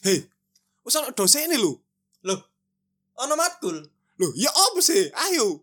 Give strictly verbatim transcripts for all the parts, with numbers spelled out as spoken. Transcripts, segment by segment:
Hei, wis ana dosene lho. Loh, ono matkul. Lho, ya apa sih? Ayo.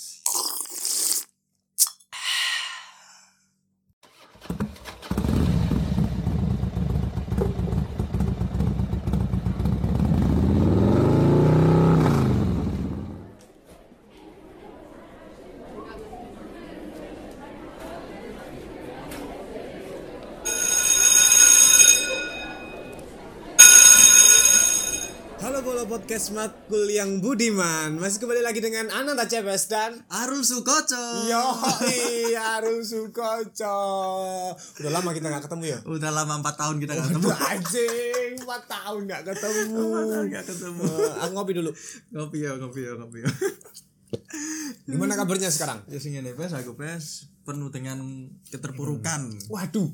Halo Bolo Podcast Matkul yang Budiman. Masih kembali lagi dengan Ananda Cepes dan Arul Sukoco. Yoi, Arul Sukoco. Udah lama kita gak ketemu ya? Udah lama empat tahun kita gak ketemu. Udah anjing, empat tahun gak ketemu. Gak ketemu. Uh, aku ngopi dulu. Ngopi ya, ngopi ya, ngopi ya. Gimana kabarnya sekarang? Ya sing ngene pes, aku pes penuh dengan keterpurukan. Waduh.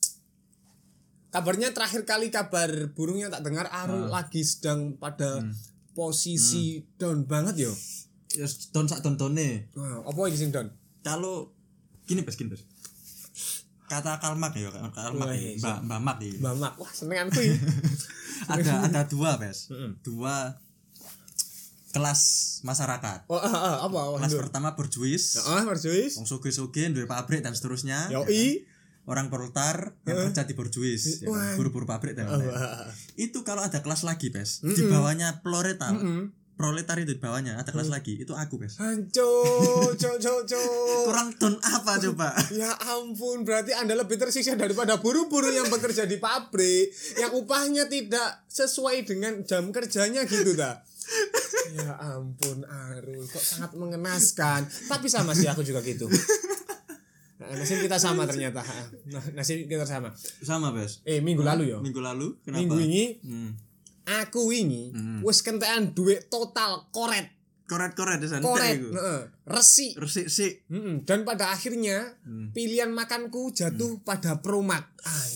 Kabarnya terakhir kali kabar burung yang tak dengar Arul Ah. lagi sedang pada Hmm. posisi down banget yo. Ya don sak don-done. Wah, apa iki sing down? Kalau gini pes, gini pes. Kata Kalmak ya, Kalmak Wah, ya, iya. Mbak Mbak Mak ya. Bamak. Wah, seneng aku iki. Ada ada dua pes. Heeh. Dua kelas masyarakat. Oh, ah, ah, apa? apa Kelas Hindur? pertama berjuis. Heeh, Marjuis. Wong sugih-sugih duwe pabrik dan seterusnya. ya kan? Yoi. Orang proletar yang Heeh. kerja di borjuis, ya kan? Wah. Buru-buru pabrik dan Oh, lain-lain. ah, ah. Itu kalau ada kelas lagi, pes, di Mm-mm. bawahnya proletar, Mm-mm. proletar itu di bawahnya ada kelas lagi, itu aku, pes. Hancur, cok, cok, cok. Kurang don apa coba? Ya ampun, berarti Anda lebih tersiksa daripada buruh-buruh yang bekerja di pabrik yang upahnya tidak sesuai dengan jam kerjanya gitu dah. Ya ampun Arul, kok sangat mengenaskan. Tapi sama sih aku juga gitu. Nah, nasib kita sama ternyata. Nah, nasib kita sama. Sama, pes. Eh minggu lalu yo. Minggu lalu, kenapa? Minggu ini Hmm. aku ini Hmm. wis kentekan duit total koret. Koret-koret di sana. Koret, Itu. heeh, resi. Resik sik. Mm-mm. Dan pada akhirnya Hmm. pilihan makanku jatuh pada Promak. Ay.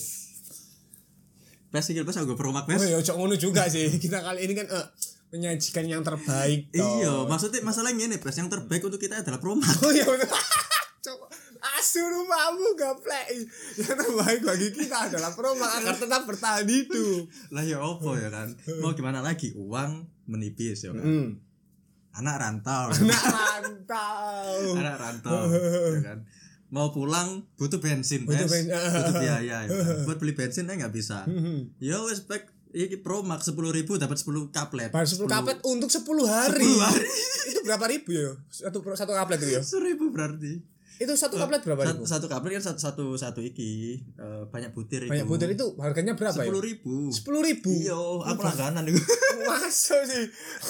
Pes iki pes aku promak, Oh pes. ya cok ngono juga sih. Kita kali ini kan eh, menyajikan yang terbaik toh. Iya, maksudnya masalahnya ini, pes, yang terbaik untuk kita adalah promak. Oh iya betul. Coba asu rumahmu gaplek. Yang terbaik bagi kita adalah Promak agar tetap bertahan hidup. Lah ya opo ya kan. Mau gimana lagi? Uang menipis ya kan. Hmm. Anak rantau. Anak rantau. Anak rantau ya kan. Mau pulang butuh bensin, Butuh Pes. bensin. Butuh biaya ya kan? Buat beli bensin aja nggak bisa. Ya wes back ini Promak sepuluh ribu dapat sepuluh kaplet. Baru sepuluh kaplet untuk sepuluh hari. sepuluh hari. Itu berapa ribu ya? Satu satu kaplet itu ya. seribu berarti. Itu satu kaplet berapa ribu? Satu, satu kaplet kan satu satu, satu iki eh, banyak butir itu. Banyak butir itu harganya berapa ya? sepuluh ribu. Sepuluh ribu. Iya, aku langganan itu. Masa sih?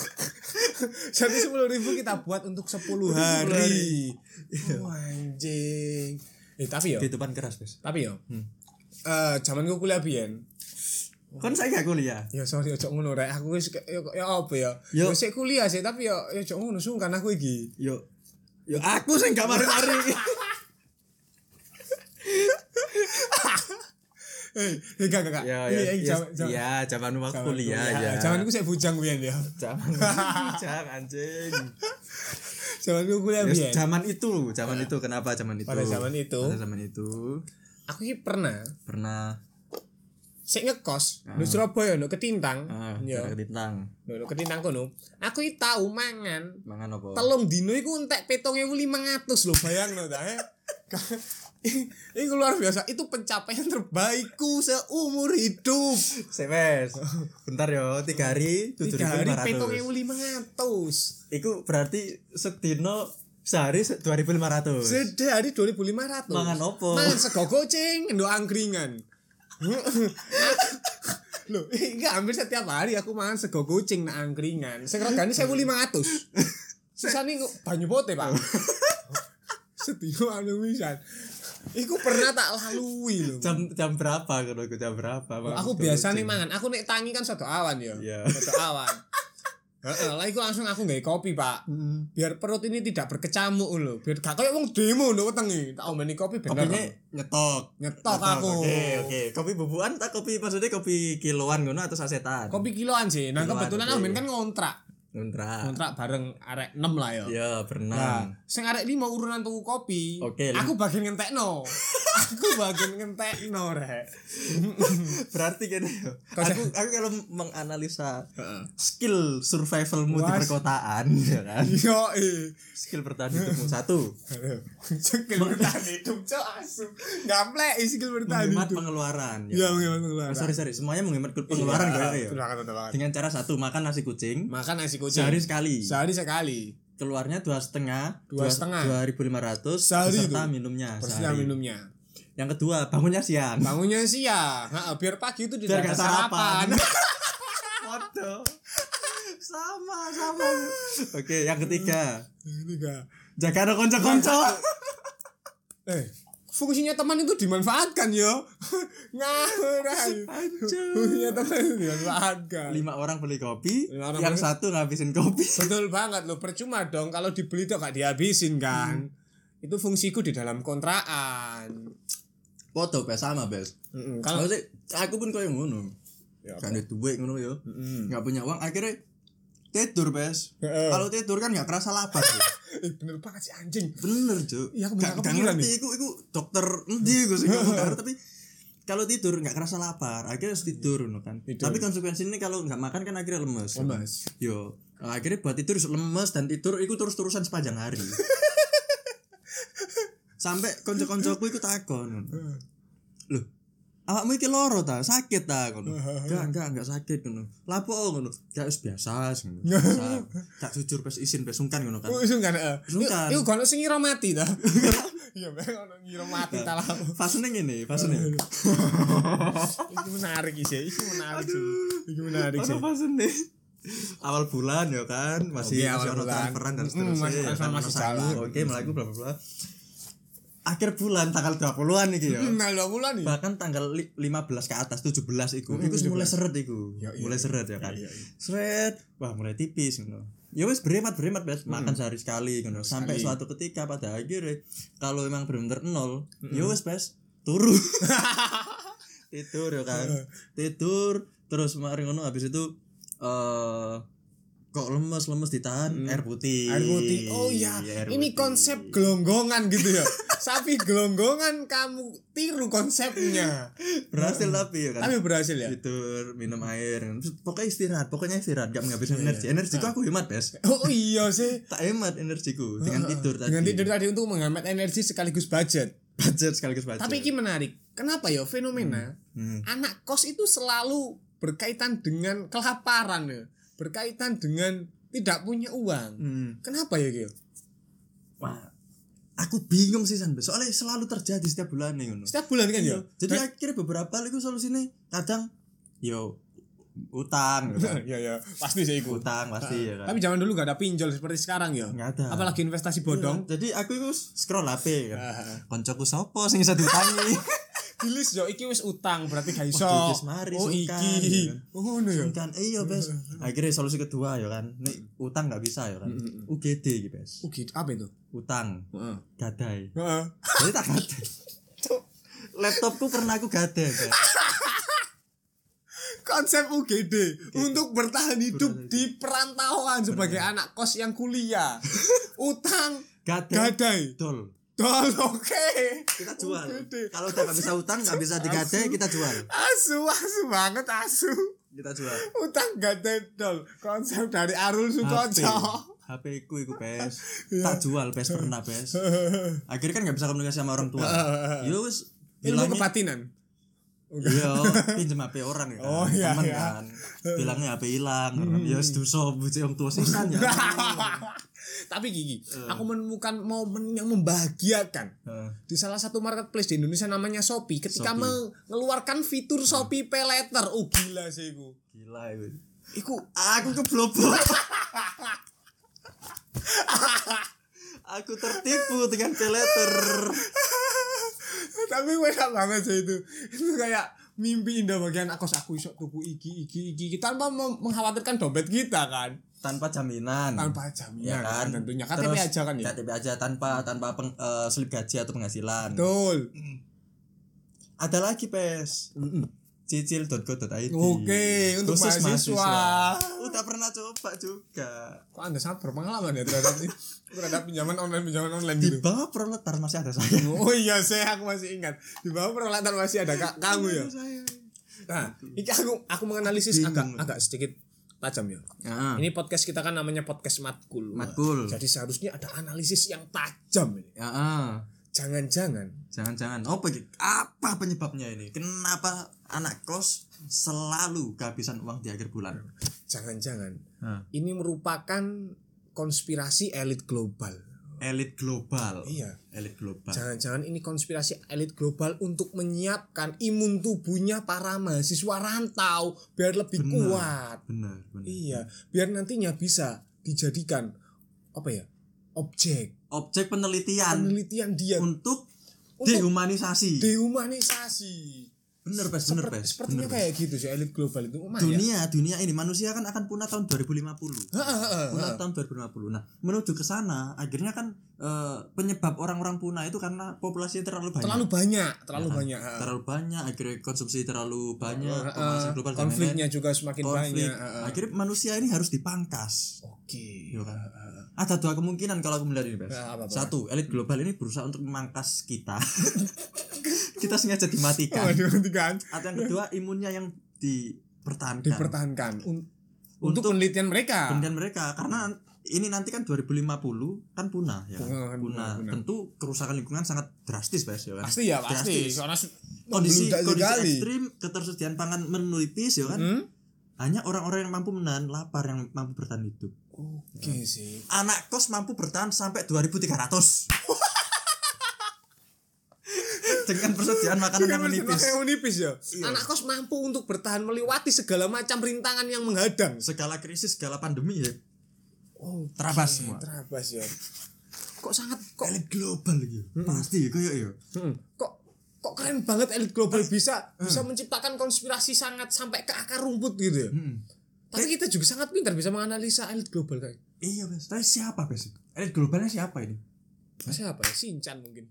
Jadi sepuluh ribu kita buat untuk sepuluh hari. Oh, anjing. Eh tapi yo. Kehidupan keras, Bes. Tapi yo. Hmm. Eh zaman gue kuliah biyen. Kan saya gak kuliah. Ya sorry ojo ngono rek. Aku wis ya, ya apa ya? Yo. Yo sik kuliah sih tapi yo ya ojo ngono sungkan aku iki. Yo. Yo aku sing gak mari-mari. Eh, enggak enggak. Ya, ya, ya, ya, zaman waktu kuliah ya. Zaman gue sik bujang biyen ya. Zaman bujang anjing. Zaman gue kuliah Ya, biyen. zaman itu, zaman itu kenapa zaman itu? Pada zaman itu. Pada zaman itu Aku iki pernah pernah sik ngekos di Surabaya no Ketintang. ah, Ya. daerah Ketintang. Lho Ketintang kono. Aku iki tau mangan Mangan apa? telung dino iku entek petong ewu lima ratus lho bayangno ta eh. Ini luar biasa, itu pencapaian terbaikku seumur hidup. Sewes. Bentar yo, tiga hari tujuh ribu Tiga hari lima ratus. petong ewu lima ratus. Iku berarti sedino sehari dua ribu lima ratus. Sehari dua ribu lima ratus. Mangan opo? Mangan sego goceng, ndo angkringan. Loh, enggak hampir setiap hari aku mangan sego goceng nang angkringan. Sing regane sewu lima ratus. Sisane banyu pote, Pak. Sedino anu wisan. Iku pernah tak lalui lho. Jam jam berapa kalau iku jam berapa? Oh, aku biasa nih mangan. Aku nek tangi kan satu awan ya. Iya. Satu awan. Heeh, lah iku langsung aku nggawe kopi, Pak. Biar perut ini tidak berkecamuk lho. Biar gak koyo wong demo lho wetengi. Tak omeni kopi bener. Kopinya nyetok. Nyetok aku. Oke, oke. Kopi bubuan tak kopi maksudnya kopi kiloan ngono atau sasetan? Kopi kiloan sih. Nah, Kiloan, kebetulan oke. aku main kan ngontrak. Kontrak. Kontrak bareng arek enam lah ya. Ya, berenam. Nah, sing arek lima urunan tuku kopi. Oke, aku bagian ngentekno. aku bagian ngentekno rek. Berarti kan ya. Kau Aku aku kalau menganalisa skill survivalmu di Was. perkotaan ya kan. Yo eh. Skill bertahan hidupmu satu. Skill bertahan hidup cok asu. Gamplek skill bertahan Menghemat hidup. pengeluaran. Iya, menghemat pengeluaran. Oh, sorry sorry, semuanya menghemat pengeluaran kayak ya. Betul banget, betul banget. Dengan cara satu, makan nasi kucing. Makan nasi kucing. Sehari sekali. Sehari sekali. Keluarnya dua setengah. Dua setengah. Dua ribu lima ratus. Sehari Beserta itu. minumnya. Beserta sehari. minumnya. Yang kedua, bangunnya siang. Bangunnya siang. Nah, biar pagi itu Biar tidak gak ada sarapan. Waduh. Sama sama. Oke, yang ketiga. Tiga. Jaga ada konco-konco. Eh, fungsinya teman itu dimanfaatkan yo. Ngawur aja. Fungsinya teman itu dimanfaatkan. Lima orang beli kopi, Lima orang yang beli- satu ngabisin kopi. Betul banget loh, percuma dong kalau dibeli tuh gak dihabisin kan. Hmm. Itu fungsiku di dalam kontrakan. Foto bes sama bes. Mm-mm. Kalau Kalau sih aku pun kayak ngono. Ya, Kan ada duit ngono yo. Mm-mm. Nggak punya uang akhirnya tidur bes. Heeh. Kalau tidur kan nggak kerasa lapar. Yo. eh bener banget sih anjing. Bener Cuk. Iya, aku Gak nggak gak kepikiran ngerti nih. iku iku dokter endi iku sing ngomong karo, tapi kalau tidur nggak kerasa lapar akhirnya harus tidur ngono kan. Tidur. Tapi konsekuensinya kalau nggak makan kan akhirnya lemes. Lemes. Yo akhirnya buat tidur lemes dan tidur iku terus-terusan sepanjang hari. Sampai konco-koncoku iku takon. Loh, awakmu iki loro ta? Sakit ta ngono? Enggak, enggak, enggak sakit ngono. Lapo ngono? Ya wis biasa ngono. Biasa. Gak jujur pes isin pes sungkan ngono kan. Oh, sungkan heeh. Sungkan. Iku kono sing ngira mati ta. Iya, ben kono ngira mati ta lah. Fasene ngene, fasene. Iki menarik sih, iki menarik sih. Iki menarik sih. Ono fasene. Awal bulan ya kan, masih Oke, awal masih ono bulan. transferan dan Mm, seterusnya. masih ya transfer, kan, masih ono sangu, jalan. Oke, melaku bla bla bla. Akhir bulan tanggal dua puluhan iki ya. Nah, dua bulan nih. Bahkan tanggal li- lima belas ke atas tujuh belas iku iku wis mulai seret iku Ya, iya, mulai iya. seret ya kan Iya, iya. seret wah mulai tipis ngono ya wis beremat beremat bes makan sehari sekali ngono sampai Sekali. suatu ketika pada akhirnya kalau emang bener-bener nol ya wis bes turu tidur ya kan tidur terus mari ngono habis itu eh kok lemes lemes ditahan air putih Air putih. Oh iya, Air ini putih. konsep gelonggongan gitu ya. Sapi gelonggongan kamu tiru konsepnya. berhasil tapi ya kan Tapi berhasil ya. tidur minum air Terus pokoknya istirahat pokoknya istirahat gak menghabiskan energi energiku aku hemat bes Oh iya sih. tak hemat energiku dengan tidur tadi Dengan tidur tadi untuk menghemat energi sekaligus budget. budget sekaligus budget Tapi ini menarik. Kenapa ya fenomena Hmm. anak kos itu selalu berkaitan dengan kelaparan ya. Berkaitan dengan tidak punya uang. Hmm. Kenapa ya Gil? Wah, aku bingung sih San soalnya selalu terjadi setiap bulan nih ngono. Setiap bulan kan ya. Jadi akhirnya beberapa kali solusinya kadang yo utang gitu kan. Ya ya, pasti sih iku. utang pasti ya kan Tapi zaman dulu gak ada pinjol seperti sekarang ya. Nggak ada. Apalagi investasi bodong. jadi aku itu scroll H P kan Ah. koncoku sopo sing bisa diutangi Dilis yo iki wis utang berarti gak iso. Waduh, wis mari, Oh sungkan, iki. ya kan. Oh ngono ya. kan iya bes akhirnya solusi kedua ya kan nih utang nggak bisa ya kan U G D gitu bes Oh gitu. Apa itu? utang Heeh. gadai Heeh. jadi tak gadai laptopku pernah aku gadai bes Konsep U G D untuk bertahan hidup di perantauan sebagai anak kos yang kuliah. Utang gadai gadai. dol Dol oke. kita jual U G D. kalau udah nggak bisa utang nggak bisa digadai kita jual Asu asu banget asu. kita jual Utang gadai dol. Konsep dari Arul H P Sukoco. H P ku iku pes tak jual pes pernah pes akhirnya kan nggak bisa komunikasi sama orang tua yo wis Ilmu bilangnya kebatinan. iya pinjem H P orang ya kan Oh, iya, temen iya. kan bilangnya H P hilang kan ya wis dosa bujuk orang tua sisan ya Tapi Gigi, aku menemukan momen yang membahagiakan Heeh. di salah satu marketplace di Indonesia namanya Shopee ketika Shopee. mengeluarkan fitur Shopee Pay Later. Oh gila sih iku. gila itu Iku aku keblobok aku tertipu dengan pay letter tapi enak banget sih itu. Itu kayak mimpi indah bagi anak kos aku iso tuku iki iki iki tanpa mem- mengkhawatirkan dompet kita kan. tanpa jaminan Tanpa jaminan ya kan tentunya K T P Terus, aja kan ya. K T P aja tanpa tanpa peng, eh, slip gaji atau penghasilan Betul. ada lagi pes cicil dot co dot i d. Oke, untuk Khusus mahasiswa. Udah pernah coba juga. Kok Anda sangat berpengalaman ya terhadap terhadap pinjaman online pinjaman online Di gitu. bawah proletar masih ada saya. Oh iya, saya aku masih ingat. Di bawah peralatan masih ada ka- kamu ya. Nah, ini aku aku menganalisis Bingung. agak agak sedikit tajam ya. Ya. Ini podcast kita kan namanya podcast matkul. Matkul. Jadi seharusnya ada analisis yang tajam ini. Ya. ah. Jangan-jangan Jangan-jangan apa gitu? Apa penyebabnya ini? Kenapa anak kos selalu kehabisan uang di akhir bulan? jangan-jangan Hah. ini merupakan konspirasi elit global. Elit global. Iya. Elit global. Jangan-jangan ini konspirasi elit global untuk menyiapkan imun tubuhnya para mahasiswa rantau biar lebih Benar. kuat. Benar, benar. Iya, biar nantinya bisa dijadikan apa ya? Objek Objek penelitian penelitian dia untuk Untuk dehumanisasi. dehumanisasi. Bener pes, bener Seperti- pes. Sepertinya bener, Pes. kayak gitu sih elit global itu. Emang ya? Dunia, dunia ini manusia kan akan punah tahun dua ribu lima puluh. Ha, ha, ha, Punah ha. tahun dua ribu lima puluh. Nah, menuju ke sana akhirnya kan eh, penyebab orang-orang punah itu karena populasi terlalu banyak. Terlalu banyak, terlalu Ya kan? banyak. ha. Terlalu banyak, akhirnya konsumsi terlalu banyak, Ha, ha. pemanasan global dan Konfliknya lain-lain. juga semakin Konflik. banyak. ha, ha. Akhirnya manusia ini harus dipangkas. Oke. Iya kan? Ha, ha, ha. Ada dua kemungkinan kalau aku melihat ini, Bes. Ya, apa, apa? Satu, elit global ini berusaha untuk memangkas kita. Kita sengaja dimatikan. Oh, diperhatikan. Atau yang kedua, imunnya yang dipertahankan. Dipertahankan Un- untuk, Untuk penelitian mereka. Penelitian mereka karena ini nanti kan dua ribu lima puluh kan punah ya. kan? Punah, Punah. punah, punah. Tentu kerusakan lingkungan sangat drastis, Bes, ya kan. Pasti ya, pasti. Drastis. Soalnya su- Kondisi membludak kondisi sekali. ekstrim, ketersediaan pangan menipis ya kan. Hmm? Hanya orang-orang yang mampu menahan lapar yang mampu bertahan hidup. Oke sih. Anak kos mampu bertahan sampai dua ribu tiga ratus. Dengan persediaan makanan yang menipis. Yang menipis ya. Iya. Anak kos mampu untuk bertahan melewati segala macam rintangan yang menghadang. Segala krisis, segala pandemi ya. Oh, Terabas semua. Terabas ya. Kok sangat kok Elit global gitu. Pasti kayak ya. Hmm. Kok kok keren banget elit global bisa bisa menciptakan konspirasi sangat sampai ke akar rumput gitu ya. Hmm. Tapi kita juga sangat pintar bisa menganalisa elit global kayak. Iya, Bes. Tapi siapa, Bes? Elit globalnya siapa ini? Siapa ya? Shinchan mungkin.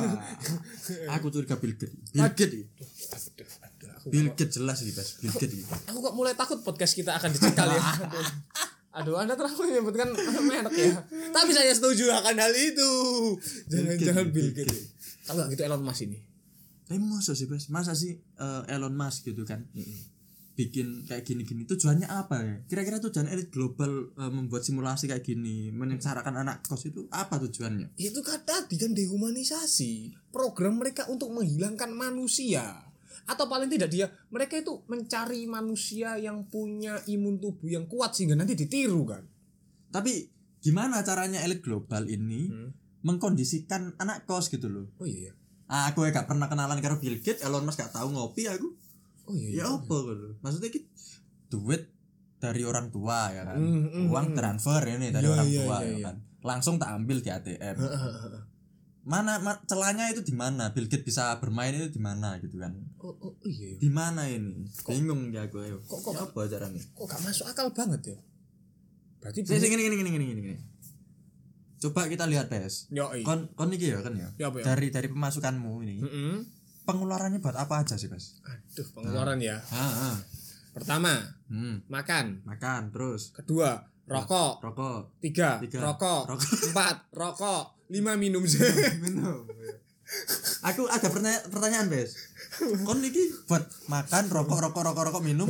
Aku curiga Bill Gates. Bill Gates. ini. Aduh, aduh, aku, Bill Gates jelas sih, Bes. Bill Gates. ini. aku kok mulai takut podcast kita akan dicekal ya. Aduh, aduh Anda terlalu menyebutkan merek ya. Tapi saya setuju akan hal itu. Jangan-jangan Bill Bill Gates. Kalau nggak gitu Elon Musk ini. Tapi masa sih, Bes? Masa sih eh, Elon Musk gitu kan? Bikin kayak gini-gini tujuannya apa ya? Kira-kira tujuan elit global eh, membuat simulasi kayak gini, menyengsarakan anak kos itu apa tujuannya? Itu kan tadi kan dehumanisasi. Program mereka untuk menghilangkan manusia. Atau paling tidak dia mereka itu mencari manusia yang punya imun tubuh yang kuat sehingga nanti ditiru kan. Tapi gimana caranya elit global ini Hmm. mengkondisikan anak kos gitu loh? Oh iya. Aku ya gak pernah kenalan karo Bill Gates, Elon Musk gak tahu ngopi aku. Oh iya. Ya apa gitu. Maksudnya ki duit dari orang tua ya kan. Mm, mm, Uang mm. transfer ini dari Iya, orang iya, tua iya, ya iya. kan. Langsung tak ambil di A T M. Mana ma- celahnya itu di mana? Bill Gates bisa bermain itu di mana gitu kan. Oh, oh iya. Di mana ini? Bingung ya aku ayo. Kok- kok- Ya apa caranya? Kok gak masuk akal banget ya? Berarti Sing sing gini gini gini gini gini. Coba kita lihat, Pes. Yo, iya. Kon kon iki ya kan ya. Ya, apa ya? Dari dari pemasukanmu ini, Mm-mm. pengeluarannya buat apa aja sih, Pes? Aduh, pengeluaran ya. Ah, ah. Pertama, Hmm, makan. makan terus Kedua, rokok. rokok. Tiga, Tiga, rokok. rokok. Empat, rokok. Lima, minum. Minum. Aku ada pertanyaan, pertanyaan, Bes. Kon iki buat makan, rokok, rokok, rokok, rokok, minum.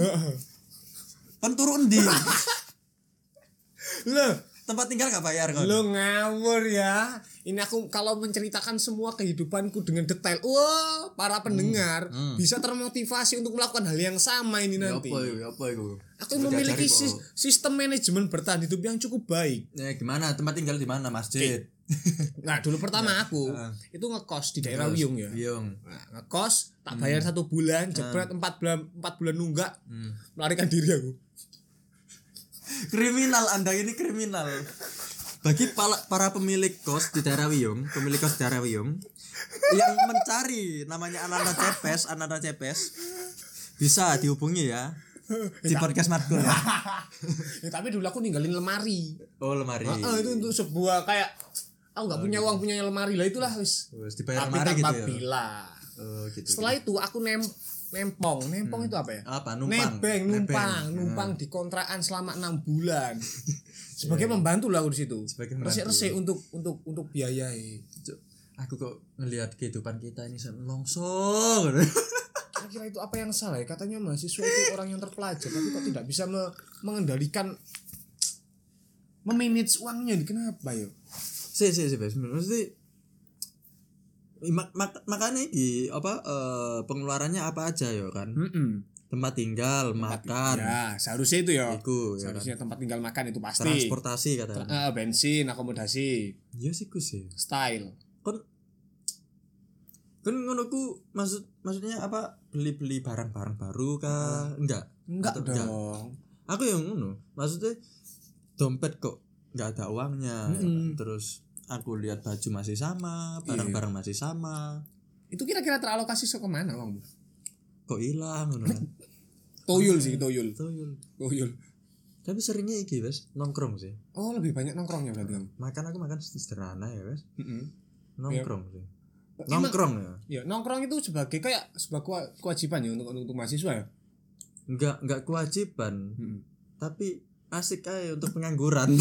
Kon turu endi? Loh, Tempat tinggal gak bayar kon? lo ngawur ya. Ini aku kalau menceritakan semua kehidupanku dengan detail. Wah, para pendengar hmm. bisa termotivasi untuk melakukan hal yang sama ini Ya nanti. apa ya, apa itu? Aku memiliki sis- sistem manajemen bertahan hidup yang cukup baik. Ya gimana? Tempat tinggal di mana? Masjid. Nah, dulu pertama aku Heeh. itu ngekos di daerah Wiyung ya. Wiyung. Nah, ngekos tak bayar satu bulan, jebret empat bulan empat bulan nunggak, Hmm. melarikan diri aku. Kriminal, Anda ini kriminal. Bagi para, para pemilik kos di daerah Wiyung, pemilik kos di daerah Wiyung yang mencari namanya Ananda Cepes, Ananda Cepes, bisa dihubungi ya di podcast Matkul ya. Ya, tapi dulu aku ninggalin lemari. Oh, lemari. Heeh, itu untuk sebuah kayak aku nggak punya uang punya lemari lah itulah wis. Terus dibayar Tapi lemari tanpa gitu ya. bila. Oh, gitu. Setelah itu aku nem nempong. Nempong Hmm. itu apa ya? Apa numpang? Nebeng, numpang, Nebeng. numpang di kontrakan selama enam bulan. Sebagai pembantu lah aku di situ. Sebagai pembantu. Resik-resik untuk untuk untuk biayai. Cuk, aku kok ngelihat kehidupan kita ini longso. Kira-kira itu apa yang salah ya? Katanya mahasiswa itu orang yang terpelajar tapi kok tidak bisa me- mengendalikan memanage uangnya. Kenapa ya? Si si si Bes. Mesti mak, mak, makanya di apa eh, pengeluarannya apa aja ya kan? Mm-mm. Tempat tinggal, makan, Ya, seharusnya itu ya. iku, ya Seharusnya tempat tinggal makan itu pasti. transportasi katanya. Eh, bensin, akomodasi, Iya sih ku sih. style. Kon kan ngono ku maksud maksudnya apa beli-beli barang-barang baru kah? Enggak. Enggak Atau dong. Aku yang ngono. Maksudnya dompet kok enggak ada uangnya. Mm-mm. Terus aku lihat baju masih sama, barang-barang masih sama. Itu kira-kira teralokasi so kemana bang? Kok hilang ngono. Toyul sih, toyul. Toyol. Toyul. Tapi seringnya iki, Wes, nongkrong sih. Oh lebih banyak nongkrongnya berarti bang. Makan aku makan sederhana ya, Wes. Mm-mm. Nongkrong sih. Emang- Nongkrong ya. Ya nongkrong itu sebagai kayak sebuah kewa- kewajiban ya untuk untuk mahasiswa ya. Enggak enggak kewajiban, Mm-mm. tapi asik aja untuk pengangguran.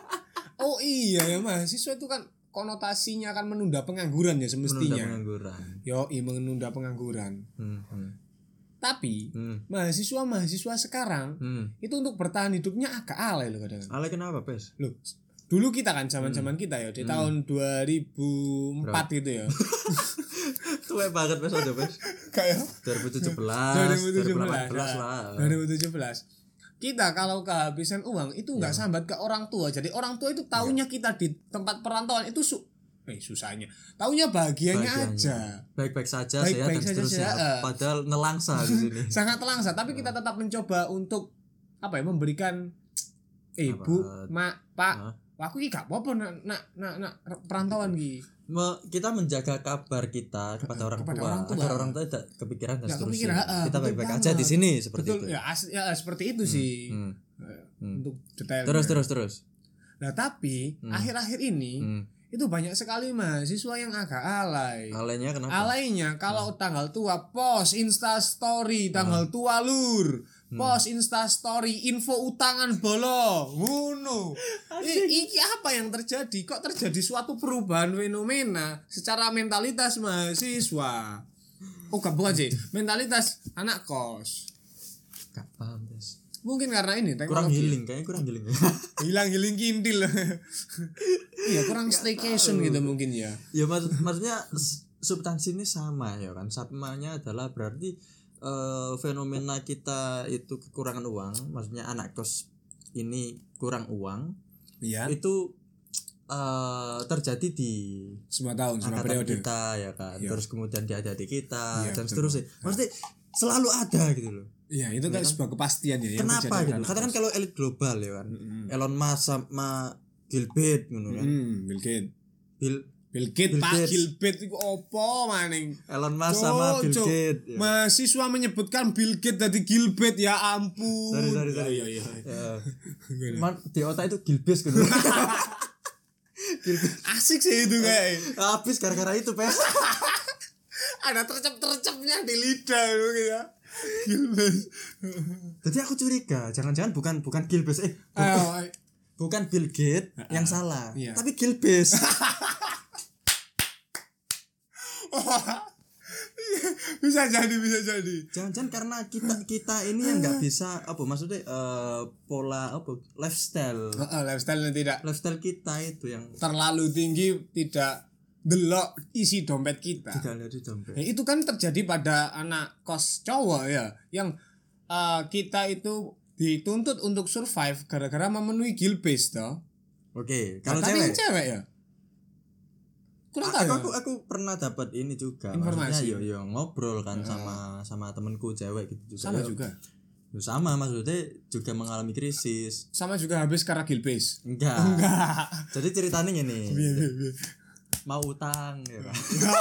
Oh iya ya mahasiswa itu kan konotasinya akan menunda pengangguran ya Menunda semestinya. pengangguran. Yo, i menunda pengangguran. Hmm, hmm, Tapi hmm, mahasiswa-mahasiswa sekarang hmm. itu untuk bertahan hidupnya agak alay loh kadang. Ale kenapa, Pes? Loh, dulu kita kan zaman-zaman kita ya di Hmm. tahun dua ribu empat gitu ya. Tuwek banget, Pes, ada, Pes. Kayak dua ribu tujuh belas, dua dua ribu tujuh ribu belas delapan belas lah. dua ribu tujuh belas kita kalau kehabisan uang itu nggak sambat ke orang tua. Jadi orang tua itu taunya kita di tempat perantauan itu su eh susahnya. Taunya bahagianya Bahagianya. aja. Baik-baik saja, Baik-baik sehat dan saja, seterusnya. sehat. Padahal nelangsa di sini. Sangat telangsa, tapi kita tetap mencoba untuk apa ya memberikan eh Apa? bu, mak, pak, Hah? aku iki gak apa-apa nak nak nak nak perantauan ki. Me- kita menjaga kabar kita kepada orang kepada tua, orang tua. agar orang tua tidak kepikiran dan Nggak seterusnya. kepikiran, ah, kita betul baik-baik banget. aja di sini seperti Betul itu. ya, as- ya seperti itu sih. Hmm, Eh, hmm. Untuk detail. Terus terus terus. Nah, tapi Hmm. akhir-akhir ini Hmm. itu banyak sekali mahasiswa yang agak alay. Alainya kenapa? Alaynya kalau tanggal tua post Insta story tanggal tua lur. Post Insta story info utangan bolo. Ngono. I- Iki apa yang terjadi? Kok terjadi suatu perubahan fenomena secara mentalitas mahasiswa? Oh, gak bukan sih. Mentalitas anak kos. Gak paham, Des. Mungkin karena ini Kurang teknologi. healing, kayaknya kurang healing. Hilang-hilang kintil. Iya, kurang staycation gitu mungkin ya. Ya maksud, maksudnya s- substansi ini sama ya kan. Samanya adalah berarti eh, fenomena kita itu kekurangan uang, maksudnya anak kos ini kurang uang, Iya. itu eh, terjadi di Semua tahun, semua angkatan periode. kita ya kan. Iya. Terus kemudian di adik-adik kita Iya, dan betul. seterusnya. Maksudnya selalu ada gitu loh. Iya, itu kan sebuah kepastian ya. yang Kenapa terjadi gitu? dengan Katakan anak kalau elit global ya kan. Mm-mm. Elon Musk sama Gilbert gitu kan. Hmm, Bill Gates. Bill Bill Gates, Bill Pak Gates. Gilbert itu opo maning? Elon Musk sama Bill Cuk, Gates. Ya. Mahasiswa menyebutkan Bill Gates dari Gilbert ya ampun. Sorry, sorry, sorry. Iya, iya, iya. Ya. Man, di otak itu Gilbert gitu. Gilbert. Asik sih itu kayak. Habis gara-gara itu, Pes. Ada tercep-tercepnya di lidah gitu ya. Gilbert. Jadi aku curiga, jangan-jangan bukan bukan Gilbert eh bukan, Ayo, bukan Bill Gates yang salah, Iya. tapi Gilbert. bisa jadi, bisa jadi. Jangan-jangan karena kita kita ini yang nggak bisa apa maksudnya eh, pola apa lifestyle. Heeh, lifestyle yang tidak Lifestyle kita itu yang terlalu tinggi, tidak delok isi dompet kita. tidak ada di dompet. Ya, itu kan terjadi pada anak kos cowok ya, yang eh, kita itu dituntut untuk survive gara-gara memenuhi Gilbert toh. Oke, Nah, kalau tapi cewek, yang cewek ya. Kurang tahu. aku, ya? aku aku pernah dapat ini juga. Informasi. Maksudnya yo yo ngobrol kan sama sama temenku cewek gitu juga. Sama Yo, juga. yo sama maksudnya juga mengalami krisis. Sama juga habis karena Gilbert. Enggak. Enggak. Jadi ceritanya gini. Iya, iya, iya. Mau utang ya kan.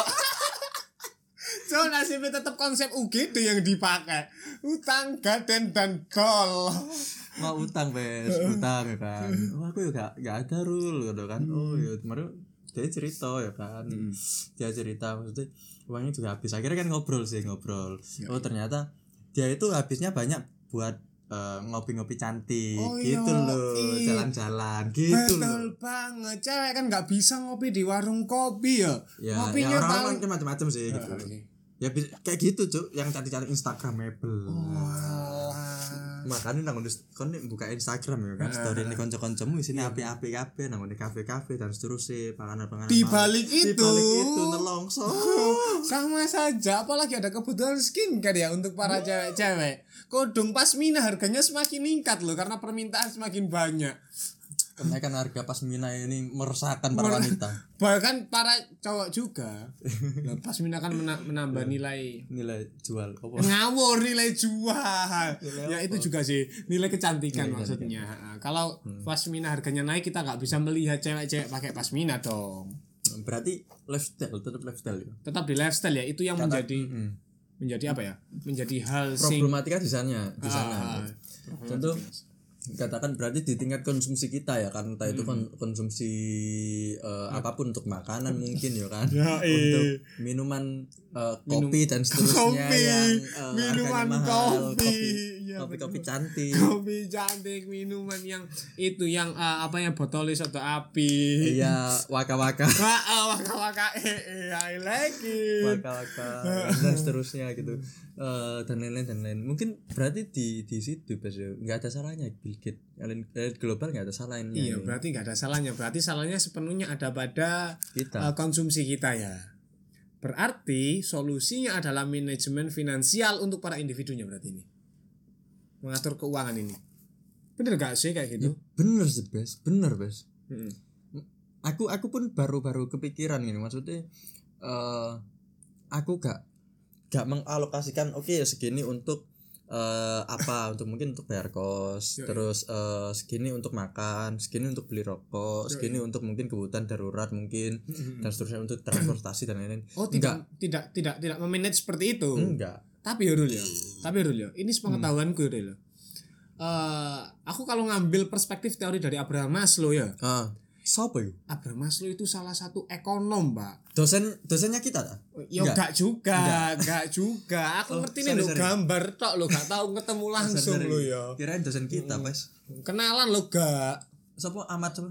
So nasibnya tetap konsep U G D yang dipakai. Utang, gaden dan tol. Mau utang, Bes, utang ya kan. Oh, aku ya gak, gak ada rule gitu kan. Oh ya kemarin dia cerita ya kan. Hmm. Dia cerita maksudnya uangnya juga habis. Akhirnya kan ngobrol sih ngobrol. Ya, oh ternyata dia itu habisnya banyak buat uh, ngopi-ngopi cantik oh, gitu iya, loh, iya. jalan-jalan gitu betul loh. banget, cewek kan nggak bisa ngopi di warung kopi ya. Ya, ngopinya ya orang paling kan macam-macam sih gitu. Uh, okay. Ya kayak gitu cuk, yang cantik-cantik Instagramable. Oh, makanya nang kon buka Instagram ya kan, story ini kanca-kancamu isine api-api kabeh nang kafe-kafe dan seterusnya, panganan-panganan. Di balik itu, di balik itu nelongso. Sama saja, apalagi ada kebutuhan skincare ya untuk para cewek-cewek. Kodong pasmina harganya semakin meningkat loh karena permintaan semakin banyak. Kenaikan harga pasmina ini meresahkan para wanita. Bahkan para cowok juga. Nah, pasmina kan mena- menambah nilai nilai jual apa? Ngawur nilai jual. Nilai ya apa? itu juga sih nilai kecantikan Nilai maksudnya. Nah, kalau hmm. pasmina harganya naik kita nggak bisa melihat cewek-cewek pakai pasmina dong. Berarti lifestyle tetap lifestyle ya. Tetap di lifestyle ya, itu yang Kata, menjadi mm, menjadi apa ya? Menjadi hal problematika di sana, di sana. Ah, Contoh katakan berarti di tingkat konsumsi kita ya kan, entah itu kon- konsumsi uh, apapun untuk makanan mungkin ya kan, ya, untuk minuman uh, kopi Minum, dan seterusnya kopi, yang uh, minuman mahal, kopi, kopi, ya, kopi-kopi cantik, kopi cantik, minuman yang itu yang uh, apa yang botolis atau api, iya waka-waka, waka-waka, eh, I like it, waka-waka dan seterusnya gitu. Uh, dan lain-lain dan lain mungkin berarti di di situ Bas ya nggak ada salahnya Bill Gates elit global nggak ada salahnya. Iya ini. Berarti nggak ada salahnya, berarti salahnya sepenuhnya ada pada kita. Uh, konsumsi kita ya. Berarti solusinya adalah manajemen finansial untuk para individunya, berarti ini mengatur keuangan ini. Bener gak sih kayak gitu? Ya, bener sih Bas, bener Bas. Hmm. Aku aku pun baru-baru kepikiran gini, maksudnya uh, aku gak gak mengalokasikan oke okay, segini untuk uh, apa untuk mungkin untuk bayar kos, Yo, terus uh, segini untuk makan, segini untuk beli rokok, Yo, segini iya. untuk mungkin kebutuhan darurat mungkin mm-hmm. dan seterusnya untuk transportasi dan lain-lain. Oh tidak enggak. tidak tidak tidak memanage seperti itu. Enggak. Tapi Rul ya, tapi Rul ya, ini sepengetahuanku hmm. ya. Uh, aku kalau ngambil perspektif teori dari Abraham Maslow ya. Ah. Siapa itu? Abraham Maslow itu salah satu ekonom, Pak. Dosen dosennya kita tak? Ya enggak juga, enggak, enggak juga. Aku oh, ngerti nih lo gambar tok lo, gak tahu ketemu langsung lo ya. Kirain dosen kita, Pas. Kenalan lo gak? Siapa Ahmad siapa?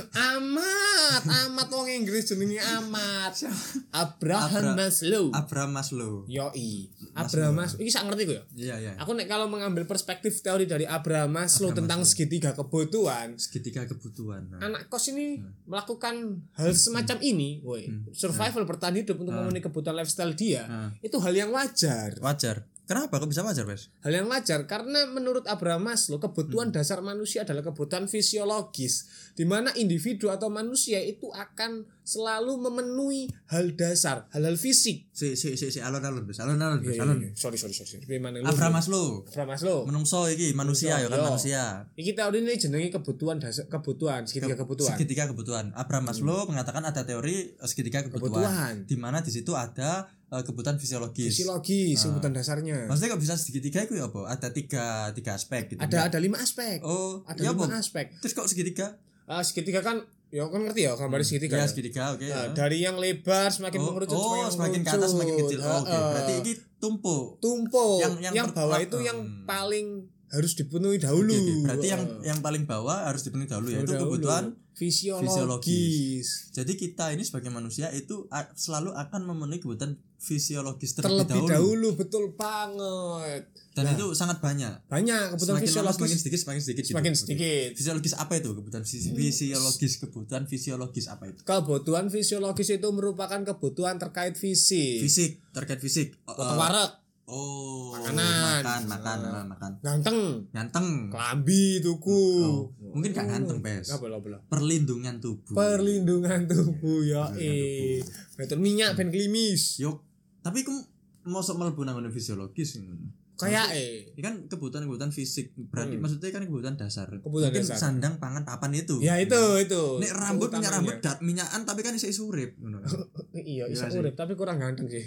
Amat, Amat wong Inggris jenenge Amat. Abraham Abra, Maslow. Abraham Maslow. Yoi. Abraham Maslow. Iki sak ngerti kok ya? Iya, iya. Aku nek kalau mengambil perspektif teori dari Abraham Maslow Abraham tentang Maslow. segitiga kebutuhan. Segitiga kebutuhan. Nah. Anak kos ini hmm. melakukan hal semacam hmm. ini, woi. Hmm. Survival hmm. bertahan hidup untuk hmm. memenuhi kebutuhan lifestyle dia. Hmm. Itu hal yang wajar. Wajar. Kenapa kok bisa wajar, Mas? Hal yang wajar karena menurut Abraham Maslow kebutuhan hmm. dasar manusia adalah kebutuhan fisiologis, di mana individu atau manusia itu akan selalu memenuhi hal dasar, hal-hal fisik. Si si si si alon-alon, Mas. Alon-alon, Mas. Alon. Sorry sorry sorry. Abraham Maslow. Abraham Maslow. Menungso iki manusia ya kan manusia. Iki teori ini jenenge kebutuhan dasar kebutuhan, segitiga Ke, kebutuhan. Segitiga kebutuhan. Abraham Maslow hmm. mengatakan ada teori segitiga kebutuhan, kebutuhan. Di mana di situ ada uh, kebutuhan fisiologis. Fisiologis, uh. kebutuhan dasarnya. Maksudnya kok bisa segitiga itu ya apa? Ada tiga tiga aspek gitu. Ada enggak? Ada lima aspek. Oh, ada ya lima apa? aspek. Terus kok segitiga? Uh, segitiga kan ya kan ngerti ya gambar hmm. segitiga. Ya, segitiga, oke. Okay, nah, ya. Dari yang lebar semakin oh, mengerucut oh, semakin ke atas semakin kecil. Oh, oke. Okay. Uh, Berarti ini tumpuk. Tumpuk. Yang yang, yang bawah itu yang paling harus dipenuhi dahulu. Okay, okay. Berarti uh. yang yang paling bawah harus dipenuhi dahulu yaitu kebutuhan fisiologis. fisiologis. Jadi kita ini sebagai manusia itu selalu akan memenuhi kebutuhan fisiologis terlebih, terlebih dahulu. dahulu, betul banget. Dan nah, itu sangat banyak. Banyak kebutuhan semakin fisiologis. Lama, semakin sedikit, semakin sedikit. Semakin gitu. sedikit. Fisiologis apa itu? Kebutuhan fisiologis, kebutuhan fisiologis apa itu? Kebutuhan fisiologis itu merupakan kebutuhan terkait fisik. Fisik, terkait fisik. Potong warak. Oh, makanan, makan, makan, nah. makan. Ganteng, ganteng. Kelambi tuku. Oh, mungkin gak ganteng, Bes. Apa-apa. Perlindungan tubuh. Perlindungan tubuh ya eh. Betul minyak ben klimis. Yo, tapi ku mosok mlebu nang fisiologis. Kayak eh. Ini kan kebutuhan-kebutuhan fisik. Berarti hmm. maksudnya kan kebutuhan dasar. Kebutuhan mungkin dasar. sandang, pangan, papan itu. Ya itu, itu. Nek rambut minyak rambut dat minyakan tapi kan iso urip ngono. Iya, iso urip tapi kurang ganteng sih.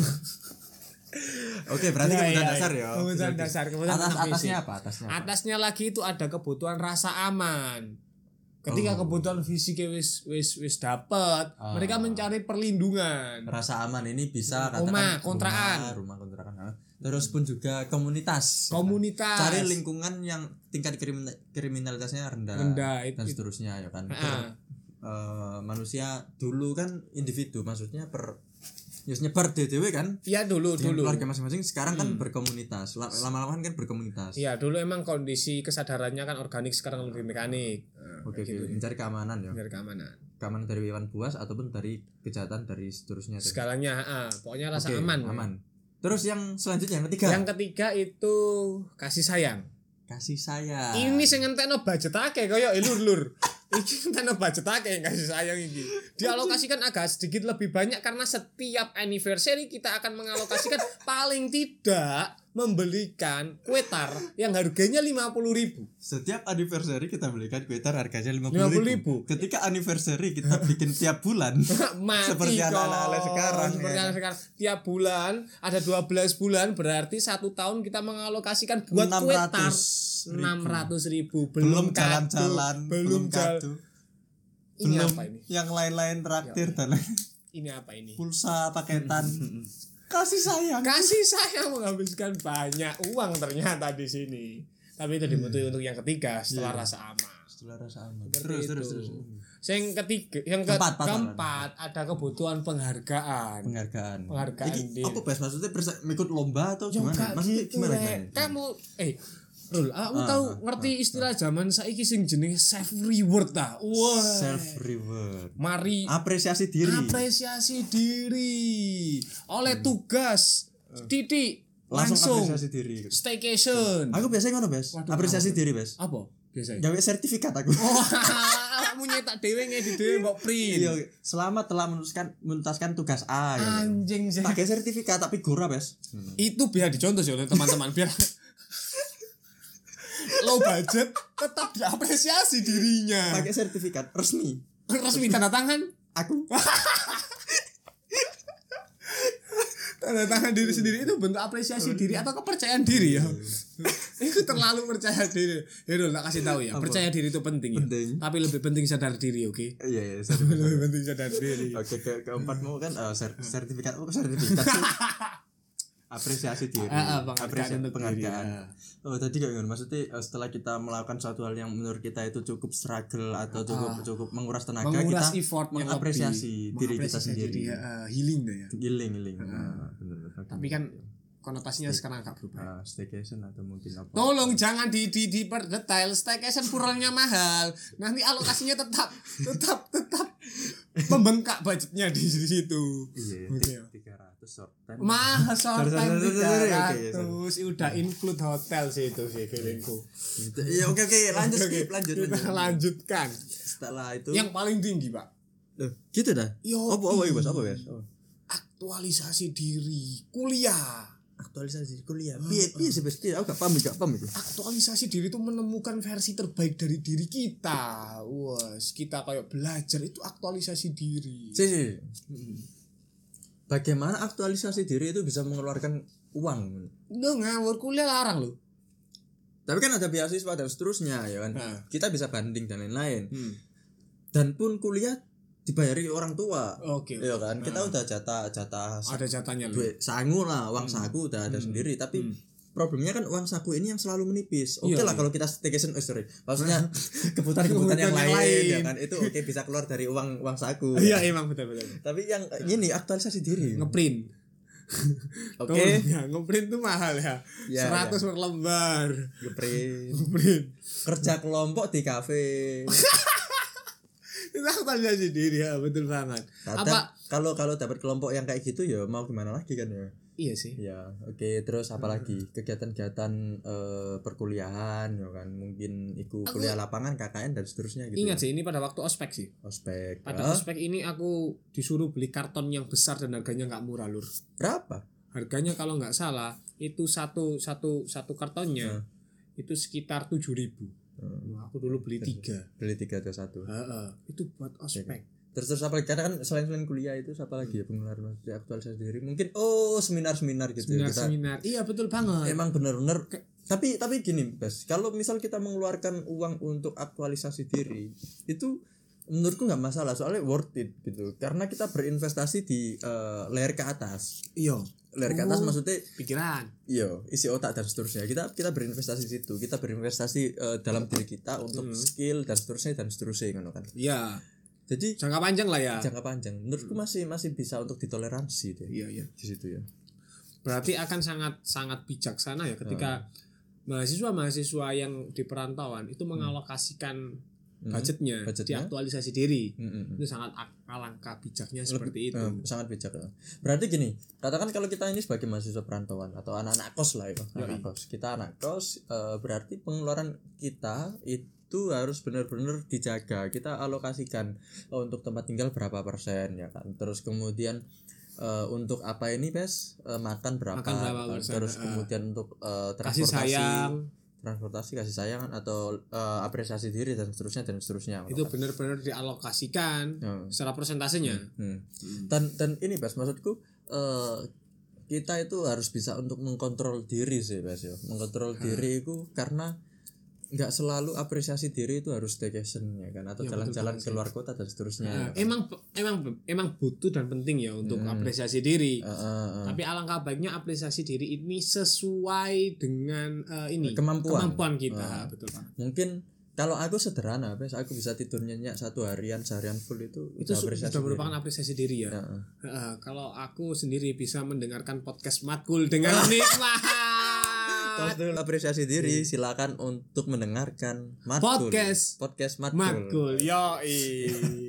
Oke, berarti ya, kebutuhan ya, dasar ya. Kebutuhan dasar, kebutuhan Atas, atasnya apa? Atasnya. Apa? Atasnya lagi itu ada kebutuhan rasa aman. Ketika Oh. kebutuhan fisiknya wis wis wis dapat, Ah. mereka mencari perlindungan. Rasa aman ini bisa Rumah, katakan kontrakan. rumah, rumah kontrakan. ah. Terus pun juga komunitas. ya kan? Komunitas. Cari lingkungan yang tingkat krimin- kriminalitasnya rendah, Rendah, it- dan it- seterusnya ya kan. Ah. Per- eh, manusia dulu kan individu, maksudnya per ya nyebar D D W kan. Iya dulu Dengan dulu. keluarga masing-masing, sekarang kan berkomunitas. La- Lama-lama kan berkomunitas. Iya dulu emang kondisi kesadarannya kan organik, sekarang lebih mekanik. Nah, Oke, kayak oke. Mencari keamanan ya. Dari keamanan. Keamanan dari hewan buas ataupun dari kejahatan dari seterusnya. Segalanya, ah, pokoknya rasa Oke, aman. aman. Terus yang selanjutnya yang ketiga. Yang ketiga itu kasih sayang. Kasih sayang. Ini sing ngentekno budget akeh kaya lur-lur. Iki ngentekno budget akeh yang kasih sayang iki. Dialokasikan agak sedikit lebih banyak karena setiap anniversary kita akan mengalokasikan paling tidak membelikan kue tar yang harganya lima puluh ribu. Setiap anniversary kita belikan kue tar harganya lima lima puluh puluh ribu. ribu. Ketika anniversary kita bikin tiap bulan. Mati Seperti kok. anak-anak sekarang, Seperti ya. anak sekarang. Tiap bulan ada dua belas bulan, berarti satu tahun kita mengalokasikan buat enam kue ratus tar ribu. enam ratus ribu. Belum Belum jalan-jalan, kado, belum belum jalan. kado. Ini Belum apa ini? yang lain-lain traktir dan lain. Ini apa ini? Pulsa, paketan. Kasih sayang. Kasih sayang menghabiskan banyak uang ternyata di sini. Tapi itu dibutuhkan untuk yang ketiga setelah Iya. rasa aman. Setelah rasa aman. Seperti Terus, itu. terus, terus. Yang ketiga, yang ke- Keempat, empat, keempat ada kebutuhan penghargaan. Penghargaan. Penghargaan Iki di- apa Bes? Maksudnya bersa- ikut lomba atau Ya gimana? enggak Maksudnya gitu, gimana? Rek. gimana? Kamu eh Rul, aku Ah, tahu ah, ngerti istilah zaman saiki sing jenenge self reward ta. Wah. Self reward. Mari Apresiasi diri. apresiasi diri oleh tugas titik Langsung, langsung, apresiasi diri. staycation. Aku biasanya ngono, Bes. Waduh, Apresiasi diri, Bes. Apa biasanya? Gawe sertifikat aku. Oh, kamu nyetak dhewe ngedit dhewe mbok print. Iya, selamat telah menuntaskan menuntaskan tugas A ya. Anjing sih. Pakai sertifikat tapi gora, Bes. Itu biar dicontoh sih oleh teman-teman biar low budget tetap diapresiasi dirinya. Pakai sertifikat resmi. Resmi tanda tangan. Aku Tanda tangan diri sendiri itu bentuk apresiasi diri atau kepercayaan diri ya. Itu terlalu percaya diri. Ya udah tak kasih tahu ya. Apa? Percaya diri itu penting, ya. Penting. Tapi lebih penting sadar diri, oke? iya, iya, Lebih sertifikat. penting sadar diri. Oke, ke keempatmu kan eh, ser- sertifikat apa sertifikat sih? Apresiasi diri. Ah, ah, penghargaan Apresiasi untuk penghargaan. diri, ya. Oh, tadi kayak gimana? Maksudnya eh, setelah kita melakukan suatu hal yang menurut kita itu cukup struggle atau cukup Ah. cukup menguras tenaga, Menguras kita effort, mengapresiasi mengapresiasi diri kita sendiri. diri, ya, eh, healing deh ya. Giling, giling. Nah, bener, bener. Tapi kan konotasinya sekarang agak berubah. Ah, staycation atau mungkin apa? Tolong jangan di di di per detail, staycation puralnya mahal. Nanti alokasinya tetap tetap tetap membengkak budgetnya di situ. Iya, Oke, ya. tiga ratus short time. Mahal short Sorry, time sorry, sorry, tiga sorry, oke, sorry. ratus udah include hotel sih itu sih feelingku. Gitu. Iya, oke oke, lanjut Oke, skip, lanjut, kita lanjut. lanjutkan. Setelah itu Yang paling tinggi, Pak. Loh, gitu dah. Yo, Apa apa ya, Bos? Apa, Bos? Oh. aktualisasi diri, kuliah. Aktualisasi kuliah. Piye piye sih, Bos? Piye? Aku gak paham, gak paham itu. Aktualisasi diri itu menemukan versi terbaik dari diri kita. Wah, kita kayak belajar itu aktualisasi diri. Si, si. Bagaimana aktualisasi diri itu bisa mengeluarkan uang? Udah ngawur, kuliah larang loh. Tapi kan ada beasiswa dan seterusnya ya kan. Nah. Kita bisa banding dan lain-lain. Hmm. Dan pun kuliah dibayari orang tua. Oke. Iya kan? Kita Nah. udah jatah-jatah Ada jatahnya loh. duit sangu lah, uang saku udah ada Hmm. sendiri, tapi Hmm. problemnya kan uang saku ini yang selalu menipis. Oke Iya, lah iya. kalau kita staycation, oh sorry, maksudnya kebutuhan-kebutuhan yang, Kebutuhan yang lain, lain. ya kan itu oke bisa keluar dari uang uang saku. Iya, emang betul betul. Tapi yang ini aktualisasi diri. Ngeprint. Oke. Tolong ya, ngeprint tuh mahal ya. Ya, seratus per lembar. Ngeprint. Ngeprint. Kerja kelompok di kafe. Itu aktualisasi diri ya, betul banget. Kadang Apa? kalau kalau dapat kelompok yang kayak gitu ya mau gimana lagi kan ya. Iya sih. Ya, oke, terus apa lagi? Kegiatan-kegiatan eh, perkuliahan ya kan, mungkin ikut Aku- kuliah lapangan, K K N dan seterusnya gitu. Ingat sih, ini pada waktu ospek sih. Ospek. Pada Ah, ospek ini aku disuruh beli karton yang besar dan harganya nggak murah lur. berapa? Harganya kalau nggak salah itu satu satu satu kartonnya Hmm. itu sekitar tujuh ribu. Hmm. Aku dulu beli tiga. Beli tiga atau satu. Heeh, itu buat ospek. Terus terus apa lagi? Karena kan selain selain kuliah itu apa lagi ya pengeluaran maksudnya aktualisasi diri? Mungkin oh seminar-seminar gitu ya. Kita Seminar-seminar. Iya betul banget. emang benar-benar Tapi tapi gini, Bas. Kalau misal kita mengeluarkan uang untuk aktualisasi diri, itu menurutku nggak masalah, soalnya worth it gitu. Karena kita berinvestasi di uh, layer ke atas. Iya. Layer ke atas Oh, maksudnya pikiran. iya, isi otak dan seterusnya. Kita kita berinvestasi di situ. Kita berinvestasi uh, dalam diri kita untuk Hmm. skill dan seterusnya dan seterusnya ngono kan. Iya. Jadi Jangka panjang lah ya. jangka panjang menurutku masih masih bisa untuk ditoleransi deh. Iya, iya. Di situ ya. Berarti akan sangat sangat bijaksana ya ketika mahasiswa-mahasiswa yang di perantauan itu mengalokasikan budgetnya, budgetnya. diaktualisasi diri. Mm-mm. Itu sangat ak- alangkah bijaknya seperti itu. Eh, sangat bijak ya. Berarti gini, katakan kalau kita ini sebagai mahasiswa perantauan atau anak-anak kos lah ya, anak kos. Kita anak kos, eh, berarti pengeluaran kita itu harus benar-benar dijaga. Kita alokasikan oh, untuk tempat tinggal berapa persen ya kan. Terus kemudian eh, untuk apa ini Bes? Eh, makan berapa? Makan berapa Eh, persen, terus eh. kemudian untuk eh, Kasih transportasi, sayang. transportasi kasih sayang atau eh, apresiasi diri dan seterusnya dan seterusnya. Itu benar-benar dialokasikan Hmm. secara persentasenya. Hmm. Dan dan ini Bas, maksudku eh, kita itu harus bisa untuk mengkontrol diri sih Bas ya. Mengkontrol diri itu karena nggak selalu apresiasi diri itu harus staycation ya kan, atau Ya, jalan-jalan betul ke luar kota dan seterusnya. Nah, ya kan? emang emang emang butuh dan penting ya untuk Hmm. apresiasi diri. Eh, eh, eh. Tapi alangkah baiknya apresiasi diri ini sesuai dengan eh, ini Kemampuan. kita, Ah. betul Pak. Mungkin kalau aku sederhana Bas, aku bisa tidur nyenyak satu harian seharian full itu Itu udah su- apresiasi sudah diri. merupakan apresiasi diri ya. Ya, eh. Heeh, kalau aku sendiri bisa mendengarkan podcast Matkul dengan nikmat. Kalau itu apresiasi diri, silakan untuk mendengarkan Matkul. Podcast. Podcast Matkul. Matkul, yoi.